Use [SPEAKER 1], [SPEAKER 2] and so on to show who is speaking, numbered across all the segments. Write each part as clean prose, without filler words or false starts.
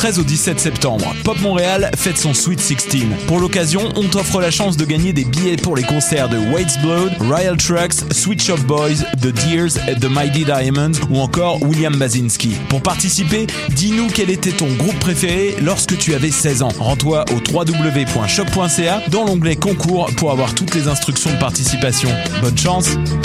[SPEAKER 1] 13 au 17 septembre, Pop Montréal fête son Sweet 16. Pour l'occasion, on t'offre la chance de gagner des billets pour les concerts de Waits Blood, Royal Trucks, Sweet Shop Boys, The Deers, The Mighty Diamonds ou encore William Basinski. Pour participer, dis-nous quel était ton groupe préféré lorsque tu avais 16 ans. Rends-toi au www.choc.ca dans l'onglet concours pour avoir toutes les instructions de participation. Bonne chance!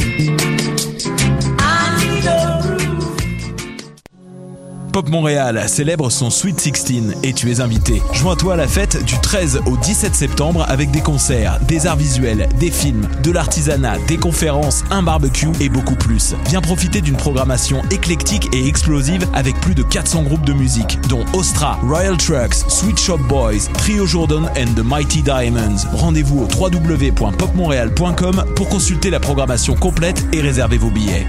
[SPEAKER 1] Pop Montréal célèbre son Sweet 16 et tu es invité. Joins-toi à la fête du 13 au 17 septembre avec des concerts, des arts visuels, des films, de l'artisanat, des conférences, un barbecue et beaucoup plus. Viens profiter d'une programmation éclectique et explosive avec plus de 400 groupes de musique, dont Ostra, Royal Trucks, Sweet Shop Boys, Trio Jordan and the Mighty Diamonds. Rendez-vous au www.popmontreal.com pour consulter la programmation complète et réserver vos billets.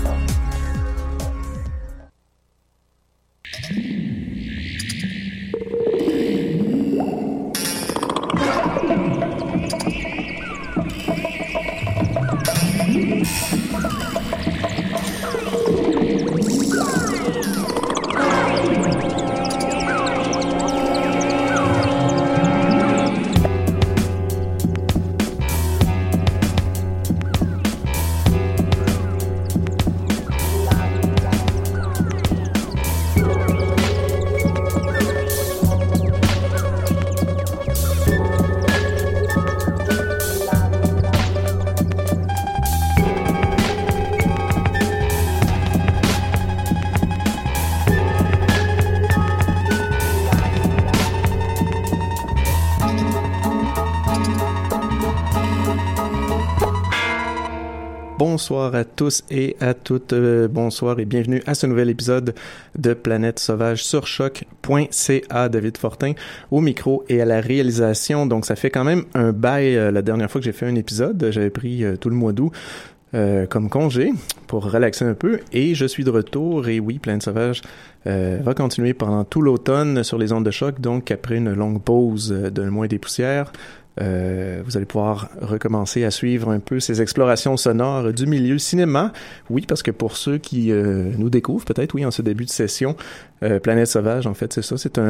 [SPEAKER 2] Bonsoir à tous et à toutes, bonsoir et bienvenue à ce nouvel épisode de Planète Sauvage sur choc.ca. David Fortin au micro et à la réalisation. Donc ça fait quand même un bail la dernière fois que j'ai fait un épisode. J'avais pris tout le mois d'août comme congé pour relaxer un peu et je suis de retour. Et oui, Planète Sauvage va continuer pendant tout l'automne sur les ondes de choc. Donc après une longue pause d'un mois et des poussières, vous allez pouvoir recommencer à suivre un peu ces explorations sonores du milieu cinéma. Oui, parce que pour ceux qui nous découvrent peut-être, oui, en ce début de session, Planète Sauvage, en fait, c'est ça. C'est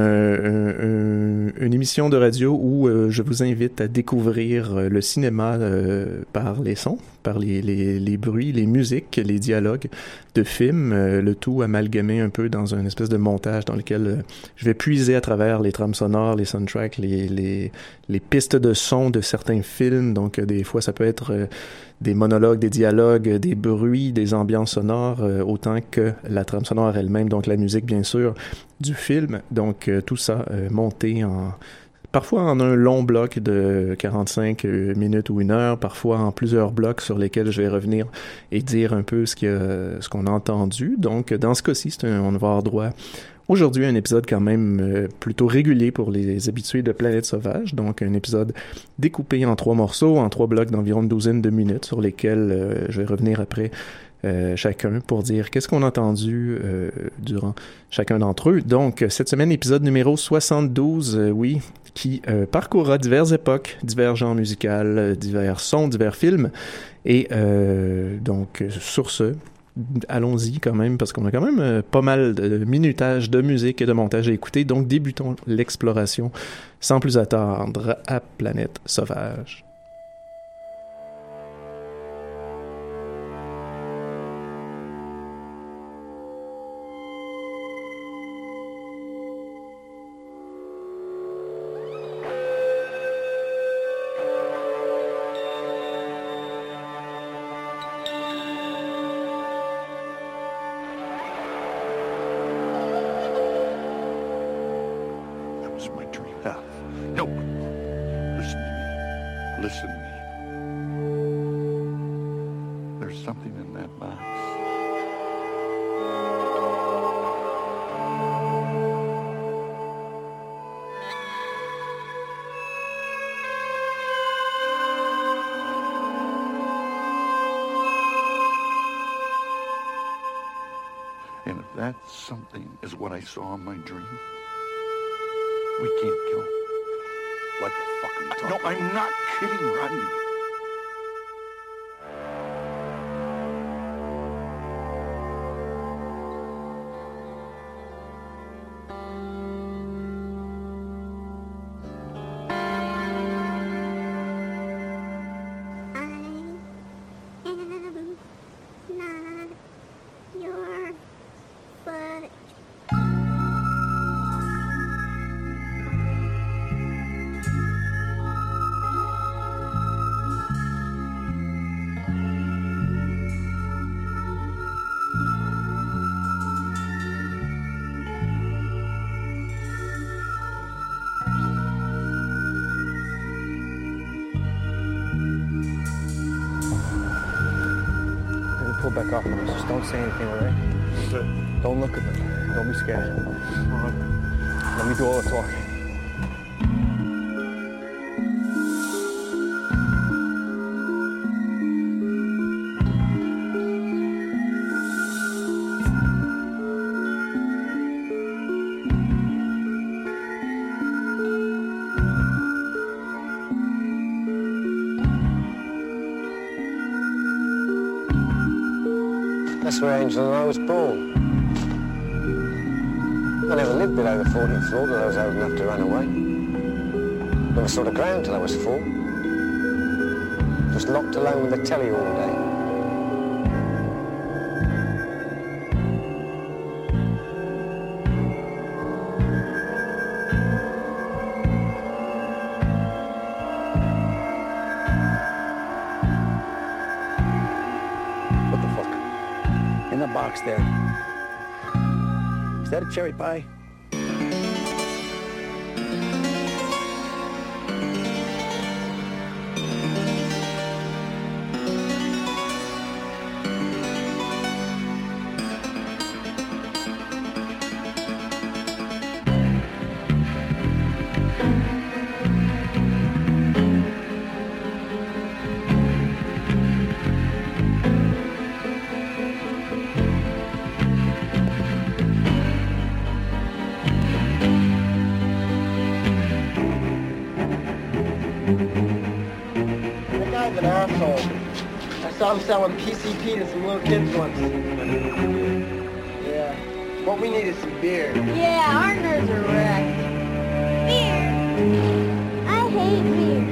[SPEAKER 2] une émission de radio où je vous invite à découvrir le cinéma par les sons, par les bruits, les musiques, les dialogues de films, le tout amalgamé un peu dans une espèce de montage dans lequel je vais puiser à travers les trames sonores, les soundtracks, les pistes de son de certains films. Donc, des fois, ça peut être des monologues, des dialogues, des bruits, des ambiances sonores, autant que la trame sonore elle-même, donc la musique, bien sûr, du film. Donc, tout ça monté parfois en un long bloc de 45 minutes ou une heure, parfois en plusieurs blocs sur lesquels je vais revenir et dire un peu ce qu'on a entendu. Donc, dans ce cas-ci, on va avoir droit aujourd'hui à un épisode quand même plutôt régulier pour les habitués de Planète Sauvage. Donc, un épisode découpé en 3 morceaux, en 3 blocs d'environ une douzaine de minutes sur lesquels je vais revenir après chacun pour dire qu'est-ce qu'on a entendu durant chacun d'entre eux. Donc, cette semaine, épisode numéro 72, oui, qui parcourra diverses époques, divers genres musicaux, divers sons, divers films. Et donc, sur ce, allons-y quand même, parce qu'on a quand même pas mal de minutage de musique et de montage à écouter. Donc, débutons l'exploration sans plus attendre à Planète Sauvage.
[SPEAKER 3] And if that something is what I saw in my dream, we can't kill him. What the fuck are you talking about? No, I'm not kidding, Rodney.
[SPEAKER 4] back off on us. Just don't say anything, all right?
[SPEAKER 3] Okay.
[SPEAKER 4] Don't look at them. Don't be scared.
[SPEAKER 3] All right.
[SPEAKER 4] Let me do all the talking.
[SPEAKER 5] That's where Angel and I was born. I never lived below the 14th floor till I was old enough to run away. Never saw the ground till I was 4. Just locked alone with the telly all day.
[SPEAKER 6] What the fuck? In the box there. Is that a cherry pie?
[SPEAKER 7] That guy's an asshole. I saw him selling PCP to some little kids once. Yeah. What we need is some beer.
[SPEAKER 8] Yeah, our nerves are wrecked. Beer. I hate beer.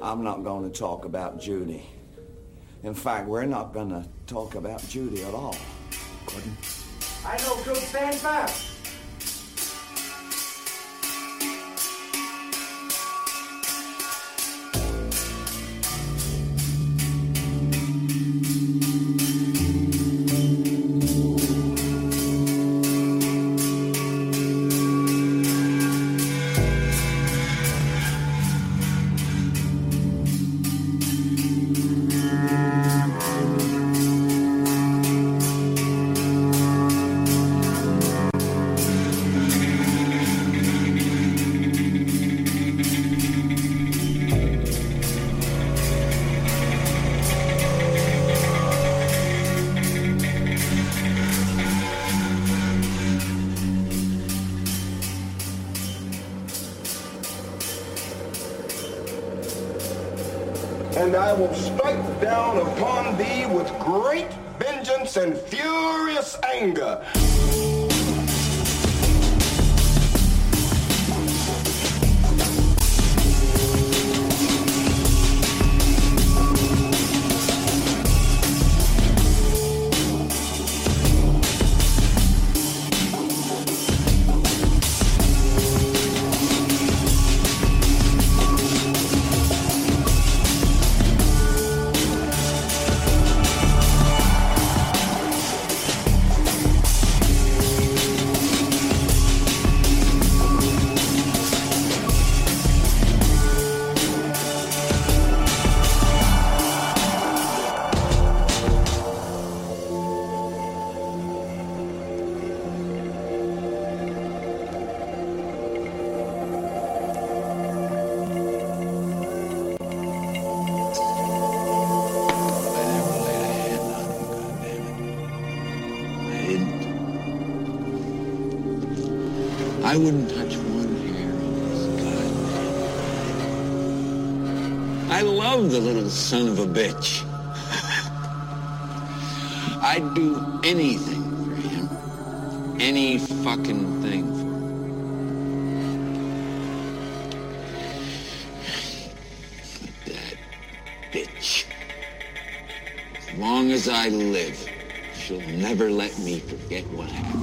[SPEAKER 9] I'm not going to talk about Judy. In fact, we're not going to talk about Judy at all. Gordon?
[SPEAKER 10] I know, Coop. Stand back.
[SPEAKER 11] And I will strike down upon thee with great vengeance and furious anger.
[SPEAKER 12] I wouldn't touch one hair on this guy. I love the little son of a bitch. I'd do anything for him. Any fucking thing for him. But that bitch, as long as I live, she'll never let me forget what happened.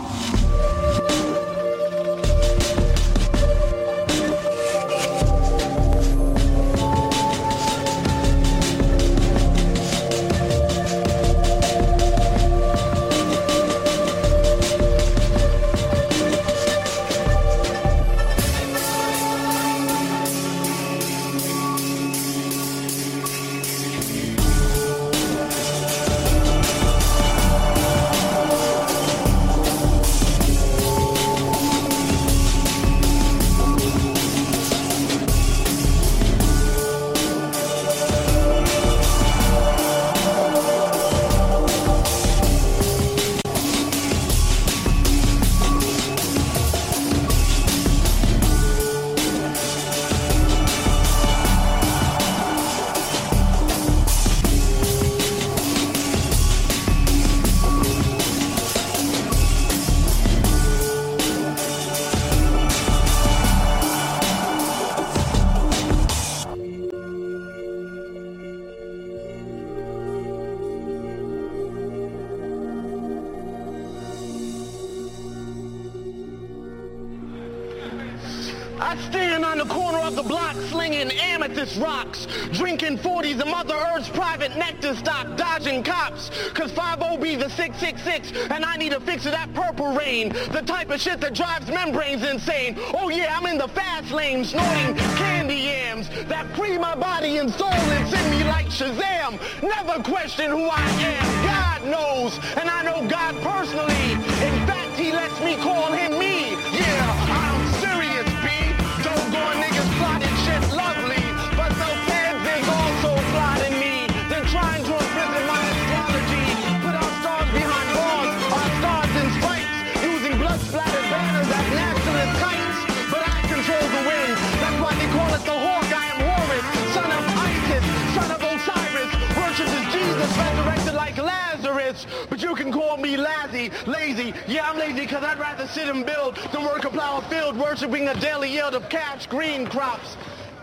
[SPEAKER 13] I stand on the corner of the block slinging amethyst rocks, drinking 40s of Mother Earth's private nectar stock, dodging cops, cause 50B the 666, and I need a fix of that purple rain, the type of shit that drives membranes insane. Oh yeah, I'm in the fast lane, snorting candy yams that free my body and soul and send me like Shazam. Never question who I am, God knows, and I know God personally. In fact, he lets me call him me. Yeah, I'm serious, B. Doggone niggas plotting shit lovely, but the feds is also plotting me. They're trying to imprison my astrology, put our stars behind bars, our stars in spikes, using blood-splattered banners as nationalist kites. But I control the wind, that's why they call it the Hawk. I am Horus, son of Isis, son of Osiris, worshipped as Jesus, resurrected like Lazarus. But you can call me lazy. Yeah, I'm lazy because I'd rather sit and build than work a plow a field, worshipping a daily yield of cash green crops.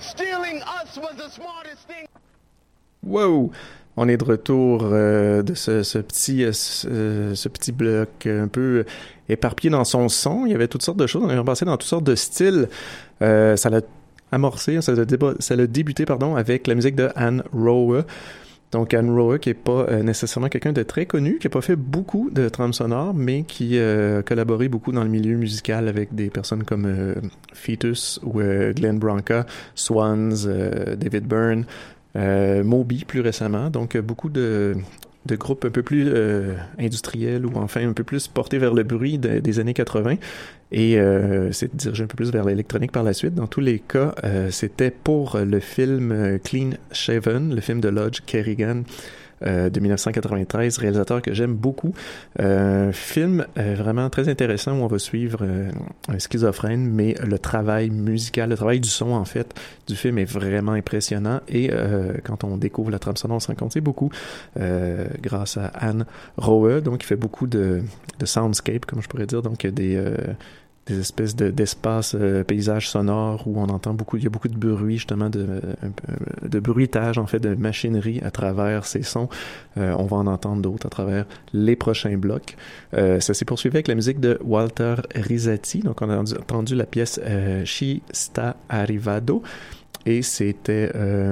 [SPEAKER 13] Stealing us was the smartest thing.
[SPEAKER 2] Wow! On est de retour de ce petit bloc un peu éparpillé dans son son. Il y avait toutes sortes de choses. On est repassé dans toutes sortes de styles. Ça l'a amorcé, ça l'a débuté, avec la musique de Anne Rowe. Donc Anne Rowe, qui est pas nécessairement quelqu'un de très connu, qui a pas fait beaucoup de trames sonores, mais qui a collaboré beaucoup dans le milieu musical avec des personnes comme Fetus ou Glenn Branca, Swans, David Byrne, Moby plus récemment. Donc beaucoup de groupes un peu plus industriels ou enfin un peu plus portés vers le bruit des années 80 et c'est dirigé un peu plus vers l'électronique par la suite. Dans tous les cas, c'était pour le film Clean Shaven, le film de Lodge Kerrigan de 1993, réalisateur que j'aime beaucoup. Film vraiment très intéressant où on va suivre un schizophrène, mais le travail musical, le travail du son en fait du film est vraiment impressionnant et quand on découvre la trame sonore, on se rend compte c'est beaucoup grâce à Anne Rowe, donc il fait beaucoup de soundscape, comme je pourrais dire, donc des espèces d'espaces paysages sonores où on entend il y a beaucoup de bruit justement de bruitage en fait de machinerie à travers ces sons. On va en entendre d'autres à travers les prochains blocs. Ça s'est poursuivi avec la musique de Walter Rizzati, donc on a entendu la pièce Ci sta arrivado et c'était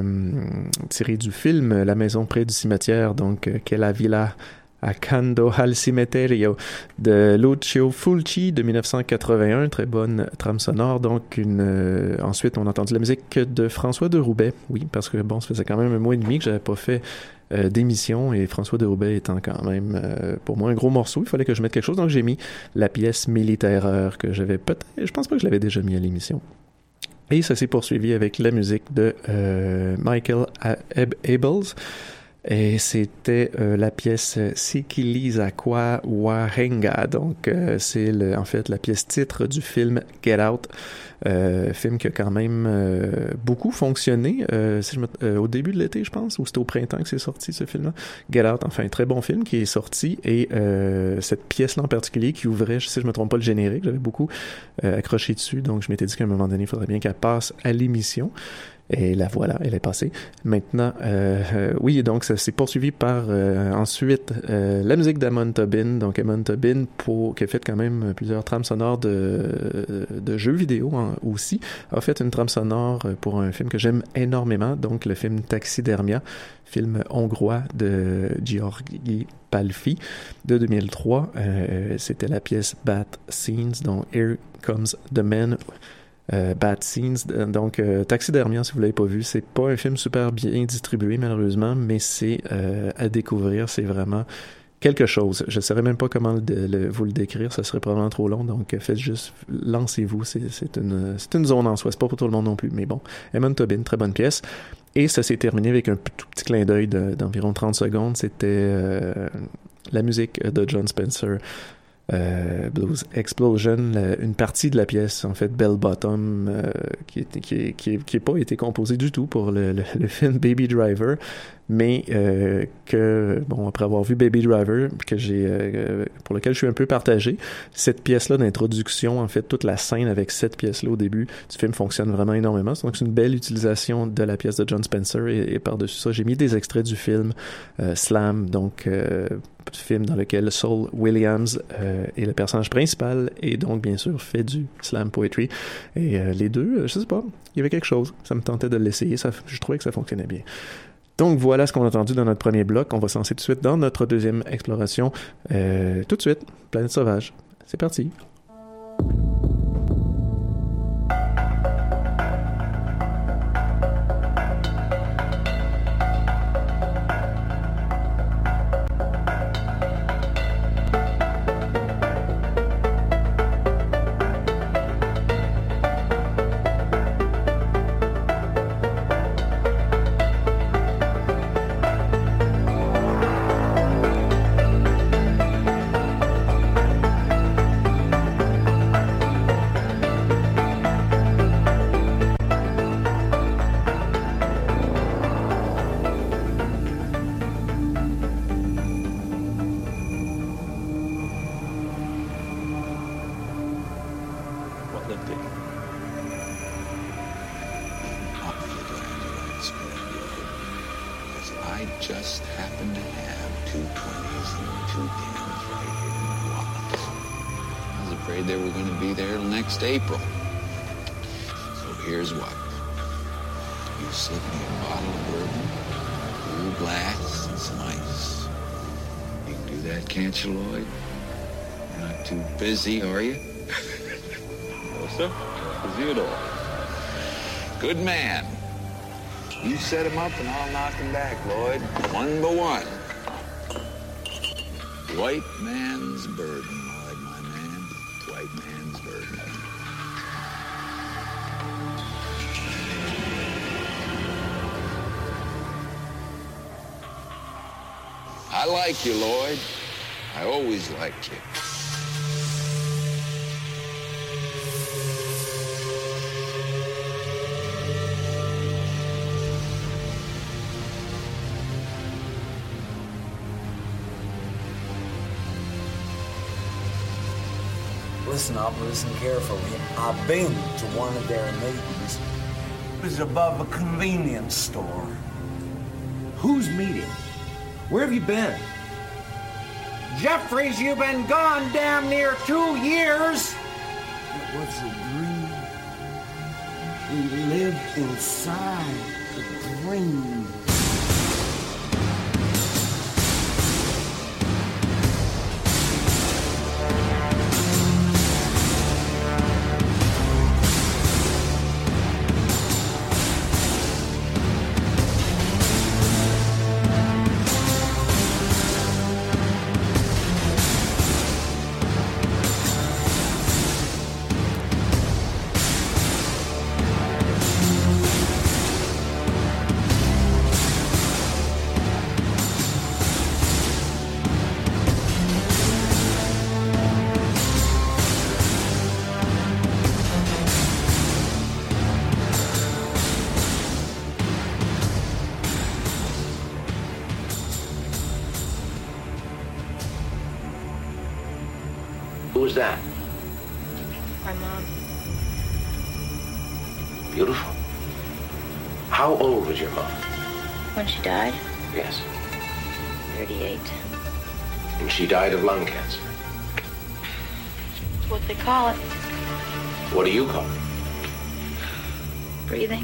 [SPEAKER 2] tiré du film La maison près du cimetière, donc Che la villa Accanto al Cimitero de Lucio Fulci de 1981, très bonne trame sonore. Donc ensuite on a entendu la musique de François de Roubaix, oui, parce que ça faisait quand même un mois et demi que j'avais pas fait d'émission et François de Roubaix étant quand même pour moi un gros morceau, il fallait que je mette quelque chose, donc j'ai mis la pièce Militaire que je pense pas que je l'avais déjà mis à l'émission. Et ça s'est poursuivi avec la musique de Michael Abels. Et c'était la pièce Sikiliza-kwa Wahenga. Donc, c'est en fait la pièce titre du film Get Out. Film qui a quand même beaucoup fonctionné au début de l'été, je pense, ou c'était au printemps que c'est sorti ce film-là. Get Out, enfin, un très bon film qui est sorti. Et cette pièce-là en particulier qui ouvrait, si je me trompe pas, le générique, j'avais beaucoup accroché dessus. Donc, je m'étais dit qu'à un moment donné, il faudrait bien qu'elle passe à l'émission. Et la voilà, elle est passée. Maintenant, oui, donc ça s'est poursuivi par ensuite la musique d'Amon Tobin. Donc Amon Tobin, qui a fait quand même plusieurs trames sonores de jeux vidéo aussi, a fait une trame sonore pour un film que j'aime énormément, donc le film Taxidermia, film hongrois de György Palfi de 2003. C'était la pièce Bad Scenes, donc Here Comes the Man. Bad Scenes, donc Taxidermia, si vous l'avez pas vu, c'est pas un film super bien distribué malheureusement, mais c'est à découvrir, c'est vraiment quelque chose. Je ne saurais même pas comment vous le décrire, ça serait probablement trop long, donc faites juste, lancez-vous, c'est une zone en soi, c'est pas pour tout le monde non plus, mais bon, Amon Tobin, très bonne pièce. Et ça s'est terminé avec un tout petit clin d'œil d'environ 30 secondes, c'était la musique de John Spencer, Blues Explosion, une partie de la pièce, en fait, Bell Bottom, qui est pas été composée du tout pour le film Baby Driver, mais après avoir vu Baby Driver, pour lequel je suis un peu partagé, cette pièce-là d'introduction, en fait, toute la scène avec cette pièce-là au début du film fonctionne vraiment énormément. Donc, c'est une belle utilisation de la pièce de John Spencer et par-dessus ça, j'ai mis des extraits du film Slam, donc film dans lequel Saul Williams est le personnage principal et donc, bien sûr, fait du slam poetry. Et les deux, je sais pas, il y avait quelque chose. Ça me tentait de l'essayer. Je trouvais que ça fonctionnait bien. Donc voilà ce qu'on a entendu dans notre premier bloc. On va se lancer tout de suite dans notre deuxième exploration. Tout de suite, Planète Sauvage. C'est parti.
[SPEAKER 12] just happened to have 2 20s and 2 10s right here in my wallet. I was afraid they were going to be there till next April. So here's what. You slip me a bottle of bourbon, a cool glass, and some ice. You can do that, can't you, Lloyd? You're not too busy, are you?
[SPEAKER 14] No, sir. Not busy at all.
[SPEAKER 12] Good man. You set him up and I'll knock him back, Lloyd. One by one. White man's burden, Lloyd, my man. White man's burden. I like you, Lloyd. I always liked you.
[SPEAKER 15] Listen up, listen carefully. I've been to one of their meetings. It was above a convenience store.
[SPEAKER 6] Whose meeting? Where have you been?
[SPEAKER 10] Jeffries, you've been gone damn near 2 years.
[SPEAKER 15] It was a dream. We lived inside the dream.
[SPEAKER 16] Who was that?
[SPEAKER 17] My mom.
[SPEAKER 16] Beautiful. How old was your mom?
[SPEAKER 17] When she died?
[SPEAKER 16] Yes.
[SPEAKER 17] 38.
[SPEAKER 16] And she died of lung cancer.
[SPEAKER 17] That's what they call it.
[SPEAKER 16] What do you call it?
[SPEAKER 17] Breathing.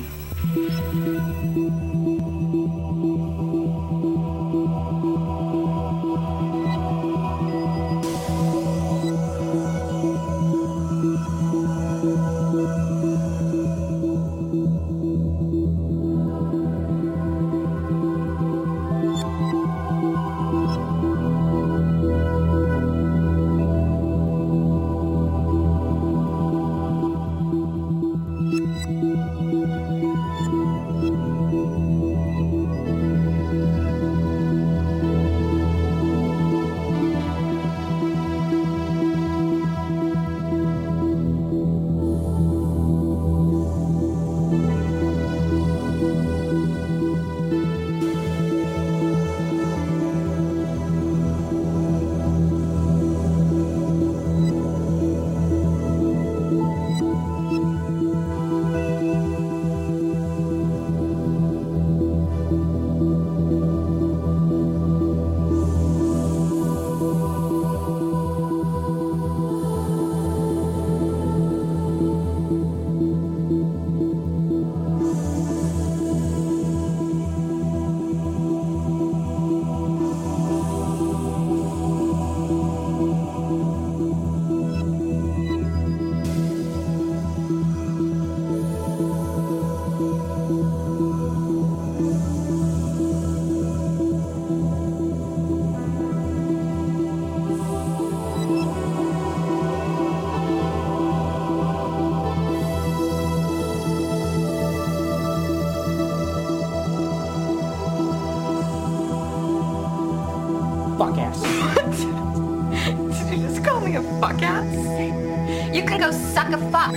[SPEAKER 18] Fuck ass.
[SPEAKER 19] What? Did you just call me a fuck ass? You can go suck a fuck.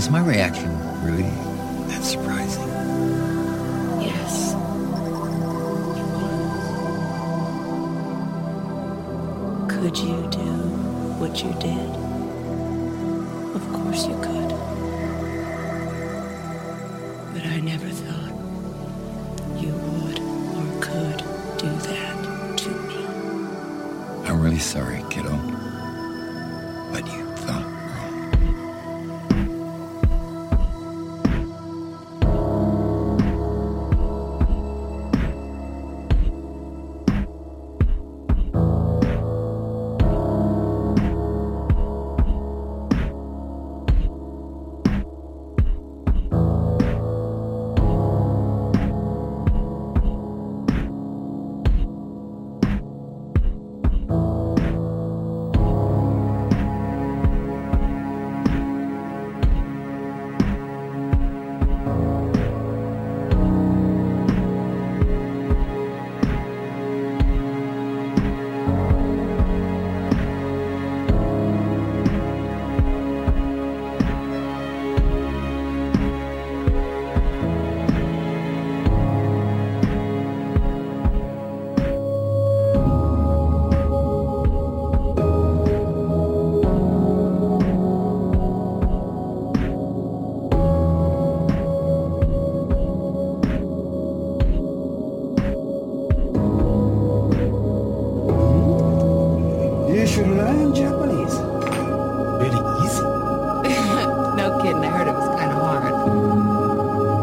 [SPEAKER 18] Was my reaction really that surprising?
[SPEAKER 17] Yes.
[SPEAKER 20] Could you do what you did? Of course you could. But I never thought you would or could do that to me.
[SPEAKER 18] I'm really sorry, kiddo. But you thought
[SPEAKER 6] You should learn Japanese. Really easy.
[SPEAKER 20] No kidding, I heard it was kind of hard.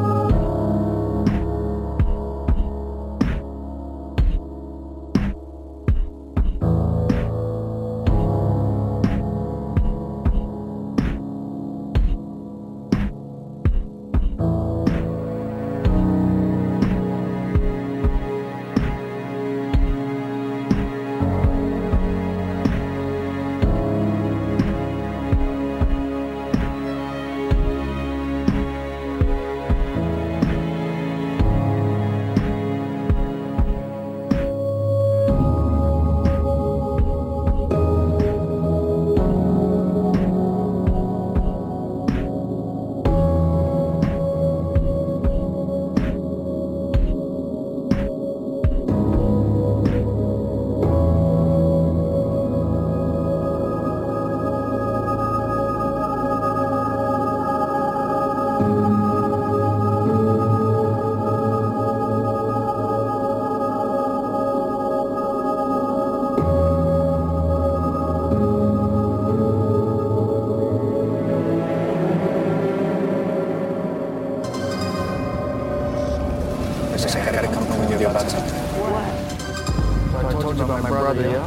[SPEAKER 4] I gotta come home with you about something. What? I told you about my brother, yeah?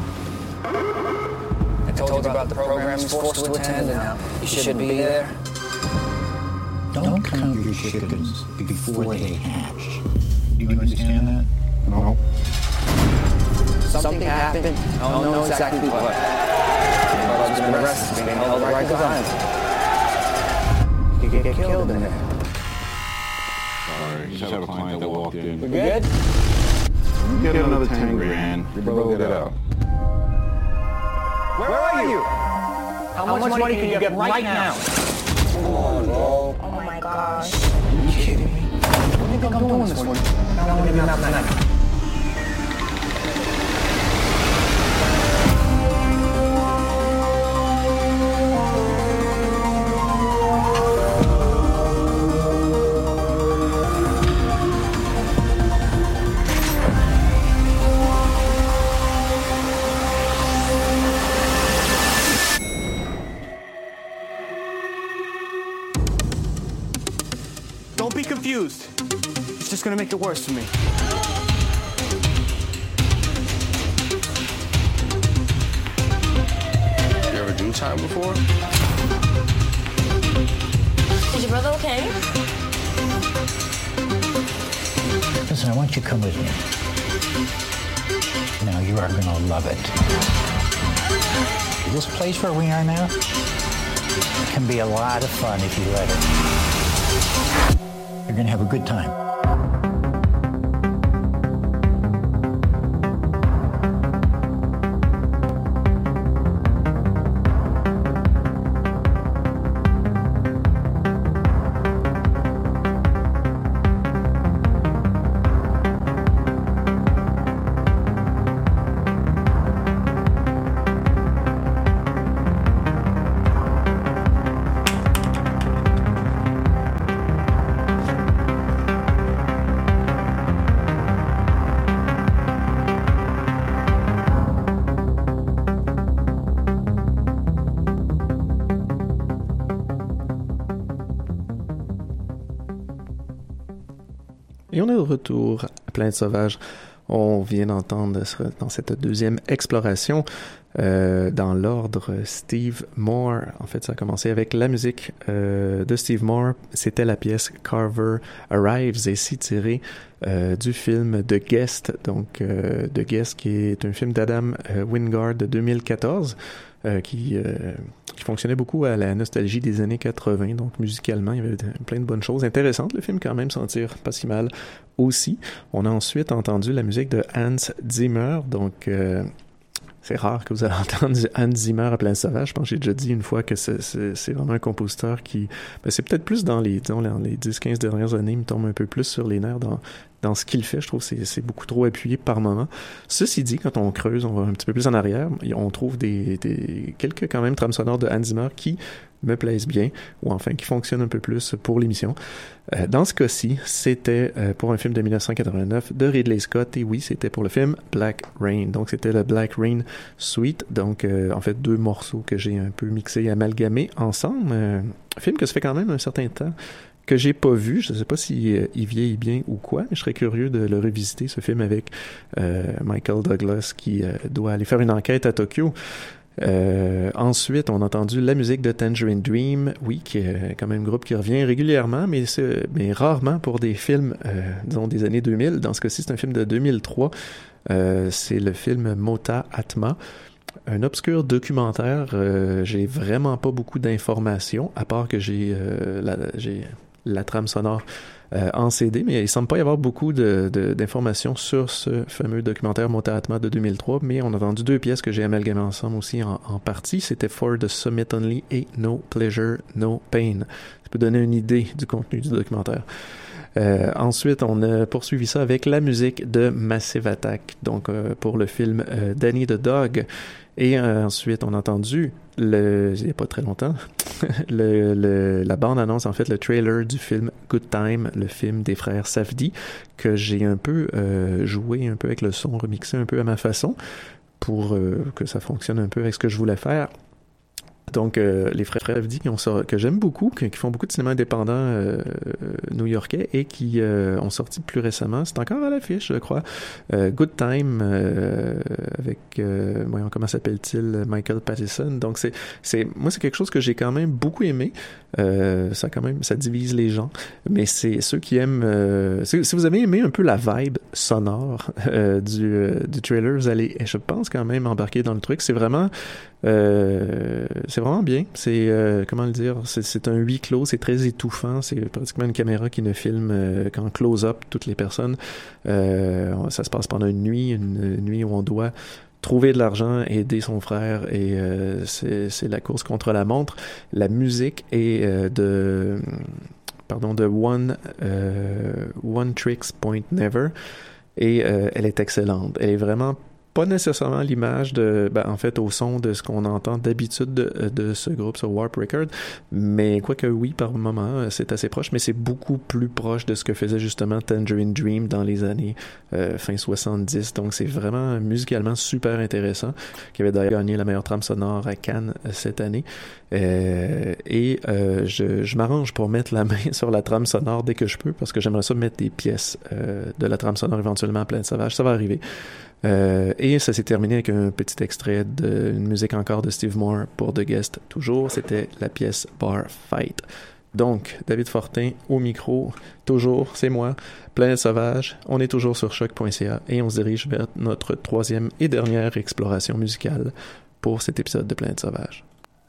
[SPEAKER 4] I told you about the program he's forced to attend and now he shouldn't be there.
[SPEAKER 18] Don't count your chickens before they hatch. Do you understand that?
[SPEAKER 4] No. Something happened. I don't know exactly what. But I've been arrested, being held right behind. You could get killed in there.
[SPEAKER 14] Sorry, just had a client that walked in.
[SPEAKER 4] We good?
[SPEAKER 14] Get another 10 grand. Your bro get out.
[SPEAKER 4] Where are you? How much money can you get right now? Come on, bro.
[SPEAKER 8] Oh my gosh.
[SPEAKER 4] Are you kidding me? What do you think I'm doing this for? I want to be out tonight. Don't be confused. It's just gonna make it worse for me.
[SPEAKER 21] You ever do time before?
[SPEAKER 17] Is your brother okay?
[SPEAKER 18] Listen, I want you to come with me. Now, you are going to love it. This place where we are now can be a lot of fun if you let it. You're going to have a good time.
[SPEAKER 2] Et on est de retour à Planète Sauvage. On vient d'entendre dans cette deuxième exploration, dans l'ordre, Steve Moore. En fait, ça a commencé avec la musique de Steve Moore. C'était la pièce Carver Arrives, ici tirée du film The Guest. Donc, The Guest, qui est un film d'Adam Wingard de 2014, qui fonctionnait beaucoup à la nostalgie des années 80. Donc, musicalement, il y avait plein de bonnes choses intéressantes. Le film, quand même, s'en tire pas si mal aussi. On a ensuite entendu la musique de Hans Zimmer. Donc, c'est rare que vous allez entendre du Hans Zimmer à Planète Sauvage. Je pense que j'ai déjà dit une fois que c'est vraiment un compositeur qui... Ben, c'est peut-être plus dans les 10-15 dernières années, il me tombe un peu plus sur les nerfs dans ce qu'il fait. Je trouve que c'est beaucoup trop appuyé par moment. Ceci dit, quand on creuse, on va un petit peu plus en arrière, on trouve quelques quand même trames sonores de Hans Zimmer qui me plaisent bien, ou enfin qui fonctionnent un peu plus pour l'émission. Dans ce cas-ci, c'était pour un film de 1989 de Ridley Scott, et oui, c'était pour le film Black Rain. Donc c'était le Black Rain Suite, donc en fait 2 morceaux que j'ai un peu mixés et amalgamés ensemble. Un film que ça fait quand même un certain temps que j'ai pas vu. Je ne sais pas si il vieillit bien ou quoi, mais je serais curieux de le revisiter, ce film avec Michael Douglas qui doit aller faire une enquête à Tokyo. Ensuite, on a entendu la musique de Tangerine Dream, oui, qui est quand même un groupe qui revient régulièrement, mais rarement pour des films, disons, des années 2000. Dans ce cas-ci, c'est un film de 2003. C'est le film Mota Atma. Un obscur documentaire. J'ai vraiment pas beaucoup d'informations, à part que j'ai la trame sonore en CD, mais il semble pas y avoir beaucoup d'informations sur ce fameux documentaire Mota Atma de 2003, mais on a entendu 2 pièces que j'ai amalgamées ensemble aussi en partie. C'était For the Summit Only et No Pleasure, No Pain. Ça peut donner une idée du contenu du documentaire. Ensuite, on a poursuivi ça avec la musique de Massive Attack, donc pour le film Danny the Dog. Et ensuite, on a entendu, il n'y a pas très longtemps, la bande-annonce, en fait, le trailer du film Good Time, le film des frères Safdie, que j'ai un peu joué un peu avec le son, remixé un peu à ma façon, pour que ça fonctionne un peu avec ce que je voulais faire. Donc, les frères Safdie que j'aime beaucoup, qui font beaucoup de cinéma indépendant new-yorkais et qui ont sorti plus récemment, c'est encore à l'affiche, je crois, Good Time avec, voyons, comment s'appelle-t-il, Michael Pattinson. Donc, moi, c'est quelque chose que j'ai quand même beaucoup aimé. Ça divise les gens, mais c'est ceux qui aiment... si vous avez aimé un peu la vibe sonore du trailer, vous allez, je pense, quand même embarquer dans le truc. C'est vraiment bien. C'est comment le dire, c'est un huis clos, c'est très étouffant, c'est pratiquement une caméra qui ne filme qu'en close-up toutes les personnes. Ça se passe pendant une nuit où on doit trouver de l'argent, aider son frère, et c'est la course contre la montre. La musique est de One Tricks Point Never, et elle est excellente. Elle est vraiment pas nécessairement l'image en fait, au son de ce qu'on entend d'habitude de ce groupe sur Warp Record, mais quoique oui, par moment, c'est assez proche, mais c'est beaucoup plus proche de ce que faisait justement Tangerine Dream dans les années fin 70, donc c'est vraiment musicalement super intéressant, qui avait d'ailleurs gagné la meilleure trame sonore à Cannes cette année, et je m'arrange pour mettre la main sur la trame sonore dès que je peux, parce que j'aimerais ça mettre des pièces de la trame sonore éventuellement à Planète Sauvage, ça va arriver. Et ça s'est terminé avec un petit extrait d'une musique encore de Steve Moore pour The Guest. Toujours, c'était la pièce Bar Fight. Donc, David Fortin au micro, toujours, c'est moi, Planète Sauvage. On est toujours sur choc.ca et on se dirige vers notre 3e et dernière exploration musicale pour cet épisode de Planète Sauvage.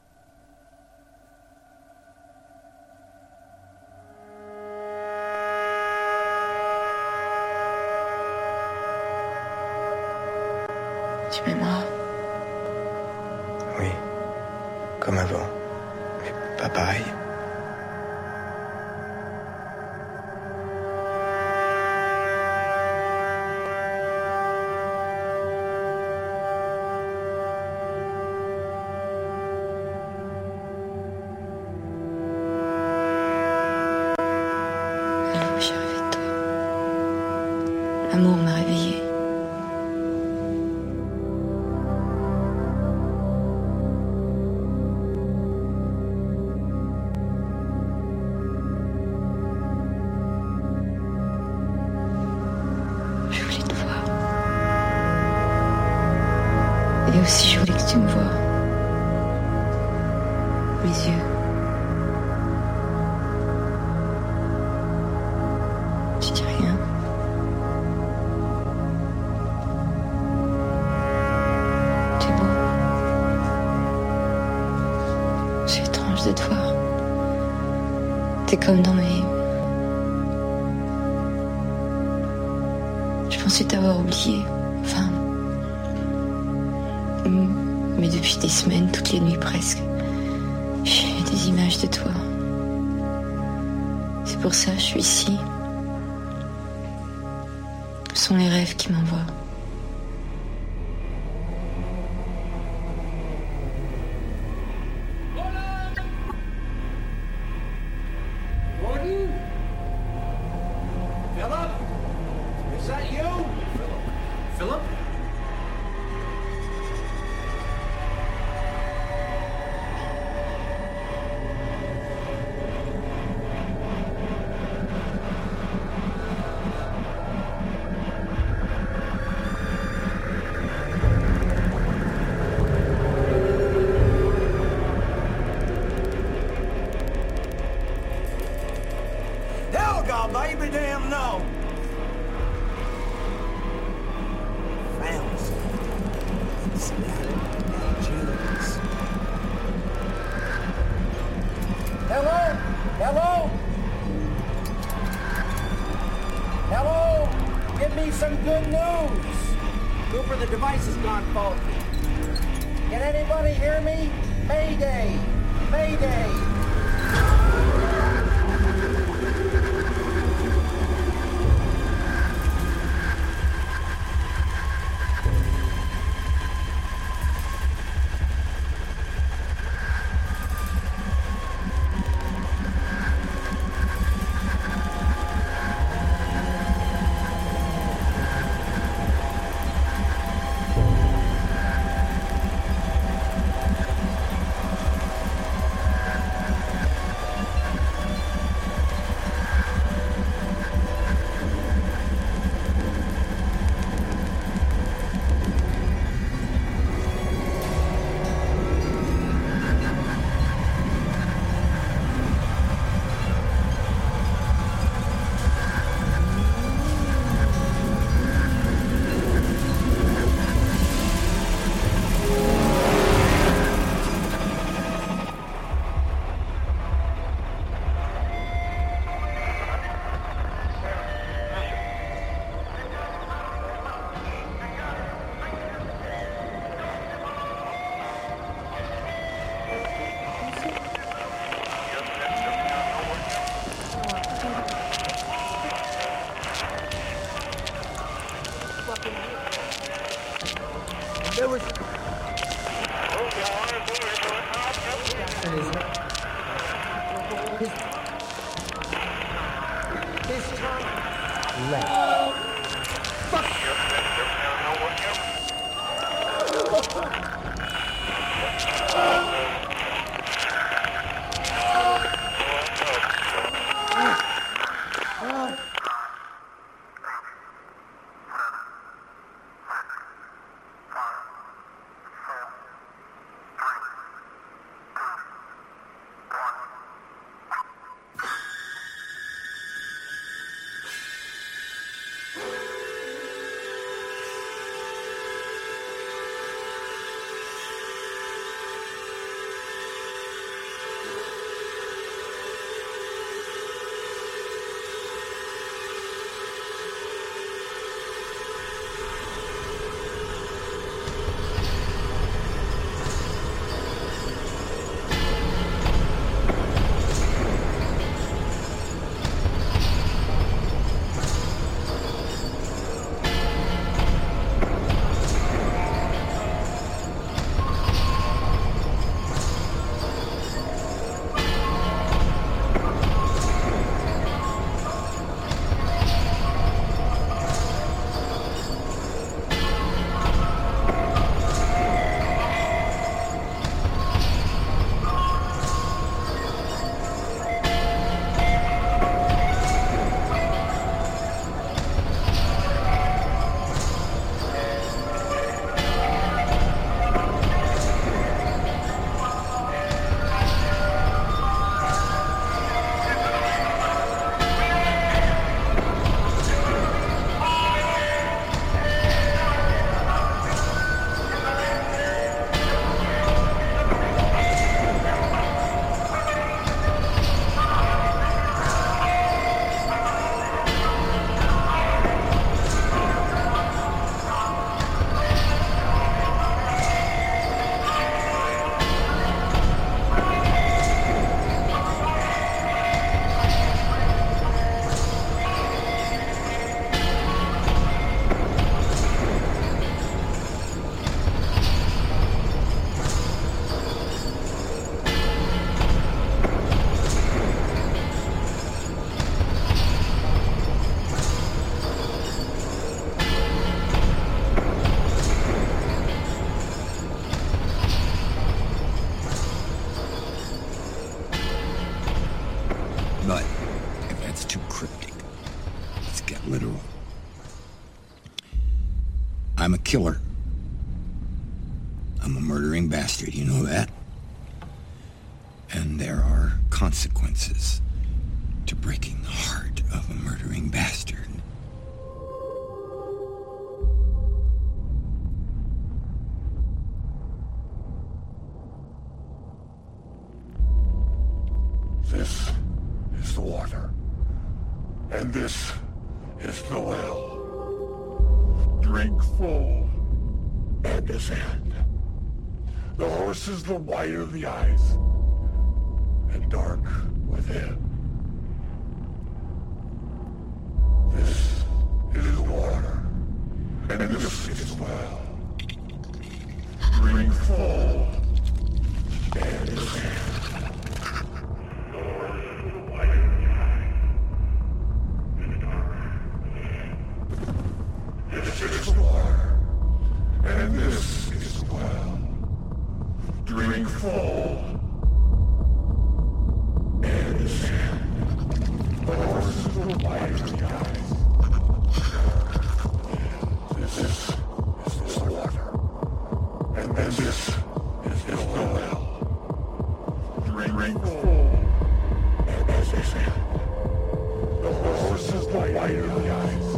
[SPEAKER 20] Tu m'aimeras?
[SPEAKER 1] Oui, comme avant, mais pas pareil.
[SPEAKER 20] Alors, je suis rêvé de toi. L'amour m'a réveillée.
[SPEAKER 17] Et aussi, je voulais que tu me vois. Mes yeux. Tu dis rien. Tu es beau. C'est étrange de te voir. T'es comme dans mes... Je pensais t'avoir oublié. Enfin... Mais depuis des semaines, toutes les nuits presque, j'ai des images de toi. C'est pour ça que je suis ici. Ce sont les rêves qui m'envoient.
[SPEAKER 10] Gordon? Philip? Is that you? Philip?
[SPEAKER 15] Helga, baby, damn no! Found something. Scattered and Judas.
[SPEAKER 7] Hello? Hello? Hello? Give me some good news. Cooper, the device has gone faulty. Can anybody hear me? Mayday! Mayday! There was... His tongue left.
[SPEAKER 3] I'm a killer. I'm a murdering bastard, you know that? And there are consequences to breaking the heart of a murdering bastard.
[SPEAKER 22] This is the water, and this is the well. Drink full, and descend. The horse is the white of the eyes, and dark within. This is the water, and this is well. Drink full, and descend. This is water, and this is well. Drink full, and descend. The horse is the white of the eyes. This is the water, and this is the well. Drink full, and descend. The horse is the white of the eyes.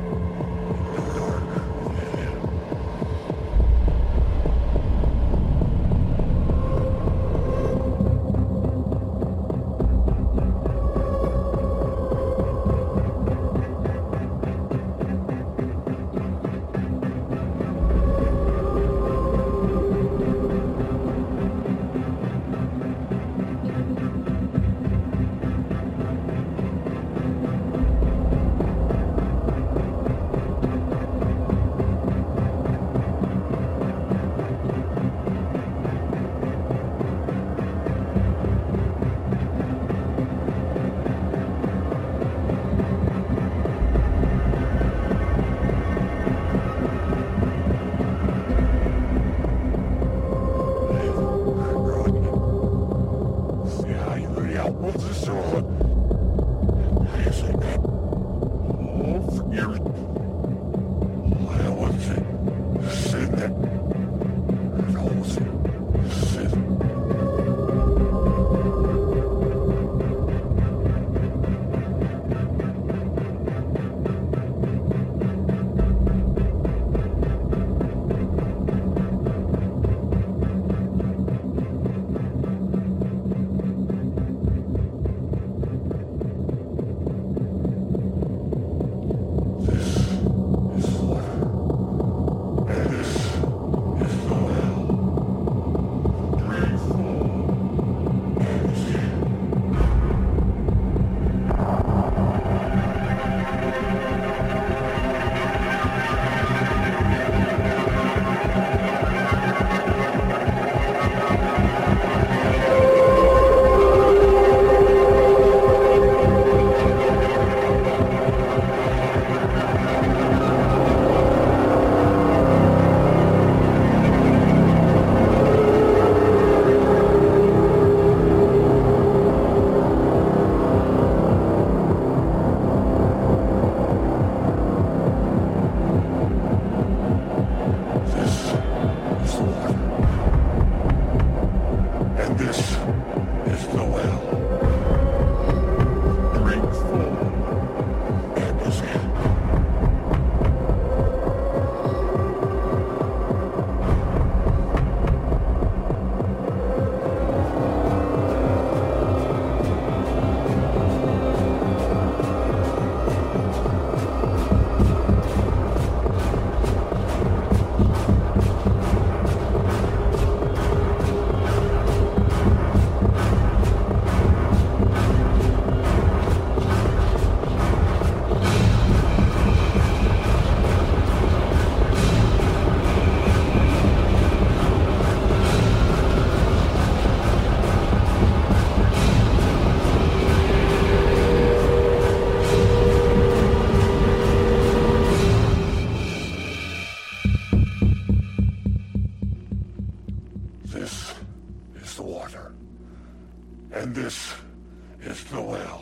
[SPEAKER 22] And this is the well.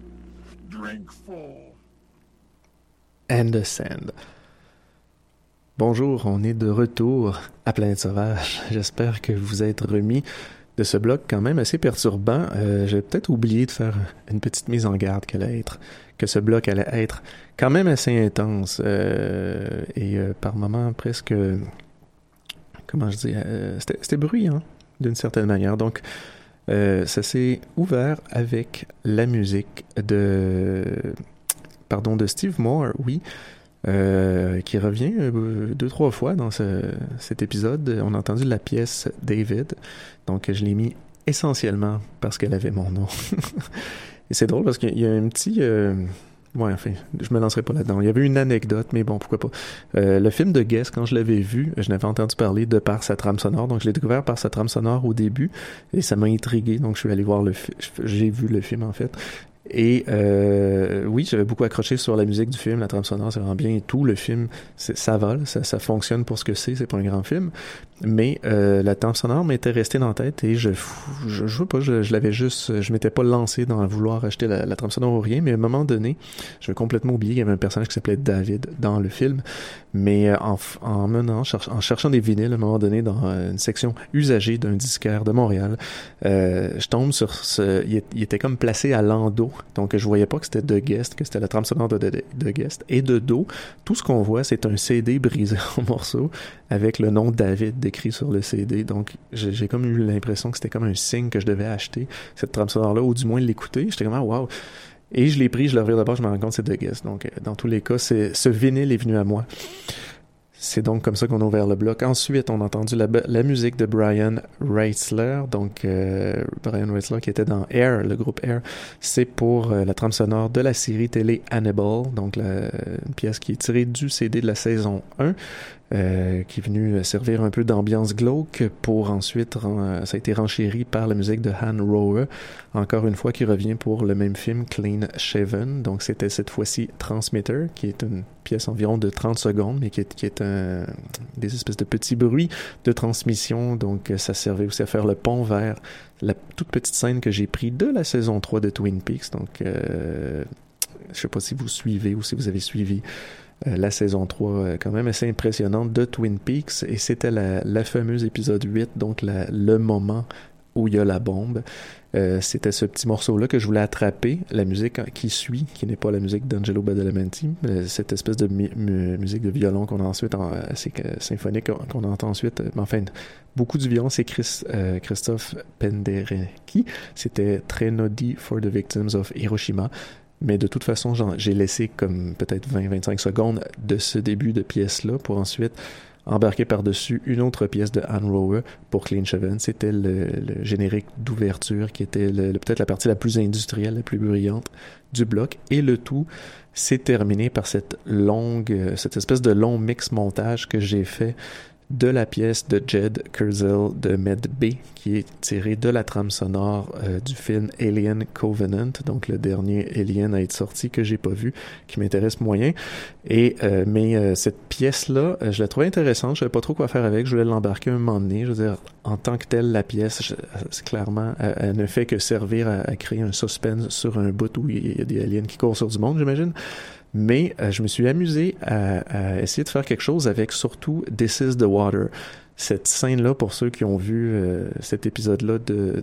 [SPEAKER 22] Drink full.
[SPEAKER 2] And descend. Bonjour, on est de retour à Planète Sauvage. J'espère que vous êtes remis de ce bloc quand même assez perturbant. J'ai peut-être oublié de faire une petite mise en garde que ce bloc allait être quand même assez intense et par moments presque, comment je dis, c'était bruyant d'une certaine manière. Donc, ça s'est ouvert avec la musique de Steve Moore, oui, qui revient 2-3 fois dans cet épisode. On a entendu la pièce David, donc je l'ai mis essentiellement parce qu'elle avait mon nom. Et c'est drôle parce qu'il y a un petit... ouais, enfin, je me lancerai pas là-dedans. Il y avait une anecdote, mais bon, pourquoi pas. Le film de Guess, quand je l'avais vu, je n'avais entendu parler de par sa trame sonore, donc je l'ai découvert par sa trame sonore au début, et ça m'a intrigué, donc je suis allé voir j'ai vu le film en fait. Et oui, j'avais beaucoup accroché sur la musique du film, la trame sonore, c'est vraiment bien et tout. Le film, ça va, ça fonctionne pour ce que c'est pas un grand film. Mais la trame sonore m'était restée dans la tête et je sais pas, je l'avais juste, je m'étais pas lancé dans vouloir acheter la trame sonore ou rien, mais à un moment donné, j'avais complètement oublié qu'il y avait un personnage qui s'appelait David dans le film. Mais en cherchant des vinyles, à un moment donné, dans une section usagée d'un disquaire de Montréal, je tombe sur il était comme placé à l'endos. Donc, je voyais pas que c'était The Guest, que c'était la trame sonore de Guest. Et de dos, tout ce qu'on voit, c'est un CD brisé en morceaux avec le nom David décrit sur le CD. Donc, j'ai comme eu l'impression que c'était comme un signe que je devais acheter cette trame sonore-là, ou du moins l'écouter. J'étais comme, ah, wow! Et je l'ai pris, je l'ai ouvert d'abord, je me rends compte que c'est The Guest. Donc, dans tous les cas, ce vinyle est venu à moi. C'est donc comme ça qu'on a ouvert le bloc. Ensuite, on a entendu la musique de Brian Reitzler. Donc, Brian Reitzler qui était dans Air, le groupe Air. C'est pour la trame sonore de la série télé Hannibal. Donc, une pièce qui est tirée du CD de la saison 1. Qui est venu servir un peu d'ambiance glauque pour ensuite, ça a été renchéri par la musique de Han Rowe, encore une fois qui revient pour le même film Clean Shaven. Donc c'était cette fois-ci Transmitter, qui est une pièce environ de 30 secondes, mais qui est des espèces de petits bruits de transmission. Donc ça servait aussi à faire le pont vers la toute petite scène que j'ai pris de la saison 3 de Twin Peaks. Donc je sais pas si vous suivez ou si vous avez suivi la saison 3 quand même assez impressionnante de Twin Peaks, et c'était la fameuse épisode 8, donc le moment où il y a la bombe. C'était ce petit morceau-là que je voulais attraper, la musique qui suit, qui n'est pas la musique d'Angelo Badalamenti, cette espèce de musique de violon qu'on a ensuite, assez symphonique qu'on entend ensuite, enfin, beaucoup du violon, c'est Christophe Penderecki, c'était Trenodi for the Victims of Hiroshima. Mais de toute façon, j'ai laissé comme peut-être 20-25 secondes de ce début de pièce-là pour ensuite embarquer par-dessus une autre pièce de Han Rowe pour Clean Shaven. C'était le générique d'ouverture qui était peut-être la partie la plus industrielle, la plus brillante du bloc. Et le tout s'est terminé par cette espèce de long mix-montage que j'ai fait de la pièce de Jed Kurzel de Med B, qui est tirée de la trame sonore du film Alien Covenant, donc le dernier Alien à être sorti que j'ai pas vu, qui m'intéresse moyen. Et mais cette pièce-là, je la trouvais intéressante, je savais pas trop quoi faire avec, je voulais l'embarquer un moment donné. Je veux dire, en tant que telle, la pièce, c'est clairement, elle ne fait que servir à créer un suspense sur un bout où il y a des aliens qui courent sur du monde, j'imagine. Mais je me suis amusé à essayer de faire quelque chose avec surtout This is the Water. Cette scène-là, pour ceux qui ont vu cet épisode-là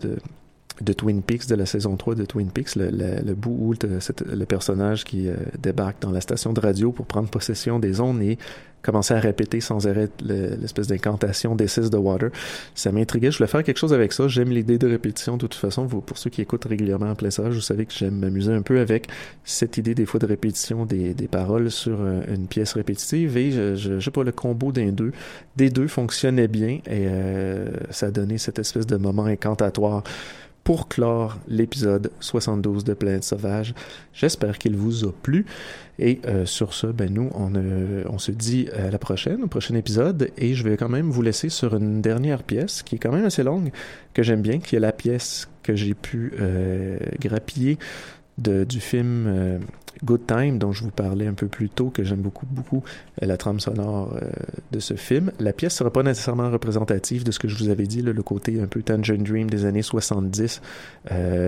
[SPEAKER 2] de Twin Peaks, de la saison 3 de Twin Peaks, le bout où le personnage qui débarque dans la station de radio pour prendre possession des ondes et commencer à répéter sans arrêt l'espèce d'incantation This is the Water. Ça m'intriguait, je voulais faire quelque chose avec ça. J'aime l'idée de répétition de toute façon. Pour ceux qui écoutent régulièrement en plein sauvage, vous savez que j'aime m'amuser un peu avec cette idée des fois de répétition des paroles sur une pièce répétitive, et je sais pas, le combo des deux fonctionnait bien, et ça a donné cette espèce de moment incantatoire pour clore l'épisode 72 de Planète Sauvage. J'espère qu'il vous a plu. Et sur ce, nous, on se dit à la prochaine, au prochain épisode. Et je vais quand même vous laisser sur une dernière pièce qui est quand même assez longue, que j'aime bien, qui est la pièce que j'ai pu grappiller du film Good Time, dont je vous parlais un peu plus tôt, que j'aime beaucoup la trame sonore de ce film. La pièce ne sera pas nécessairement représentative de ce que je vous avais dit, le côté un peu Tangerine Dream des années 70.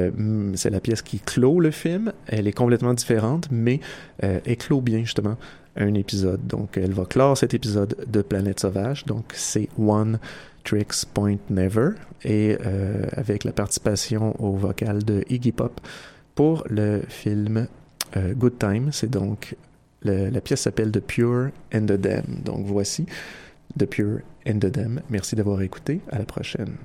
[SPEAKER 2] C'est la pièce qui clôt le film. Elle est complètement différente, mais elle clôt bien, justement, un épisode. Donc, elle va clore cet épisode de Planète Sauvage. Donc, c'est One Tricks Point Never, et avec la participation au vocal de Iggy Pop pour le film Good Time. C'est donc la pièce s'appelle The Pure and the Damned. Donc voici The Pure and the Damned. Merci d'avoir écouté. À la prochaine.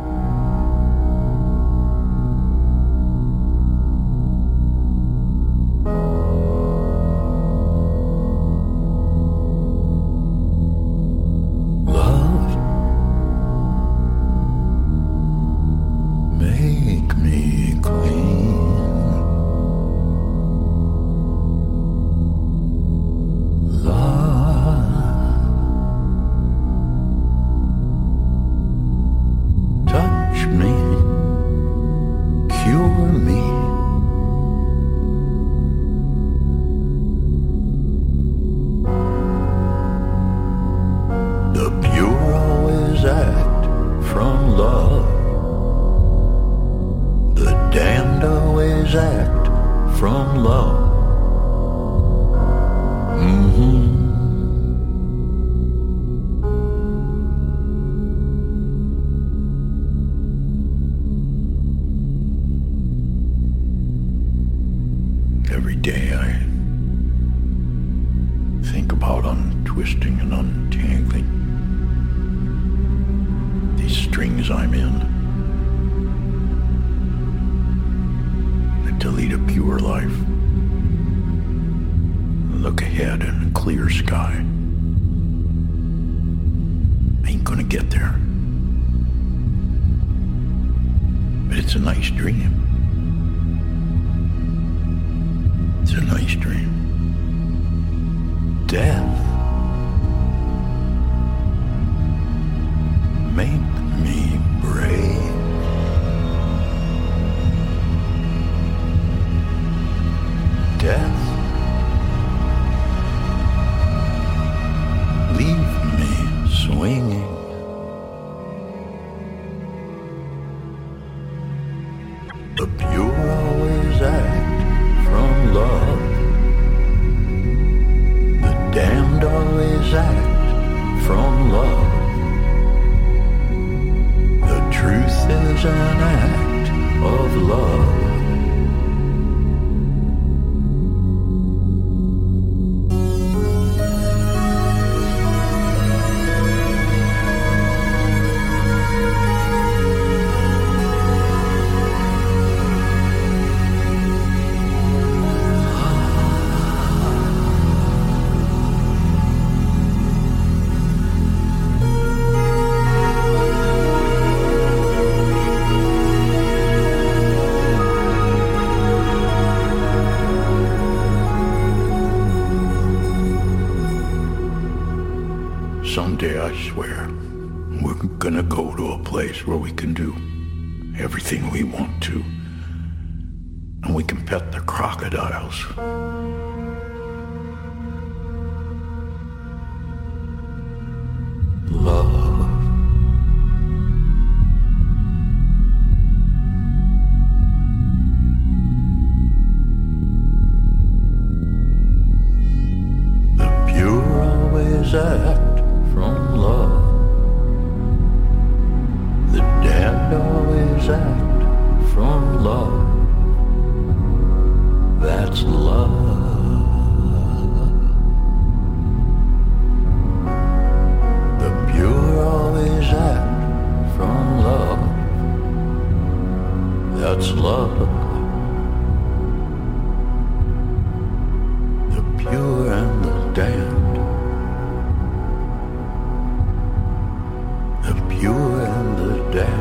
[SPEAKER 22] Make me clean. Love, touch me, cure me. The pure always act from love. The damned always act from love. Every day I think about untwisting and untangling these strings I'm in. To lead a pure life, look ahead in a clear sky. Ain't gonna get there, but it's a nice dream. It's a nice dream. Death, make me brave. Death, leave me swinging. The pure always act from love. The damned always act from love. The truth is an act of love. Someday, I swear, we're gonna go to a place where we can do everything we want to. And we can pet the crocodiles. Love. The pure always act from love. The damned always act from love. That's love. The pure always act from love. That's love. The pure and the damned. The pure and the damned.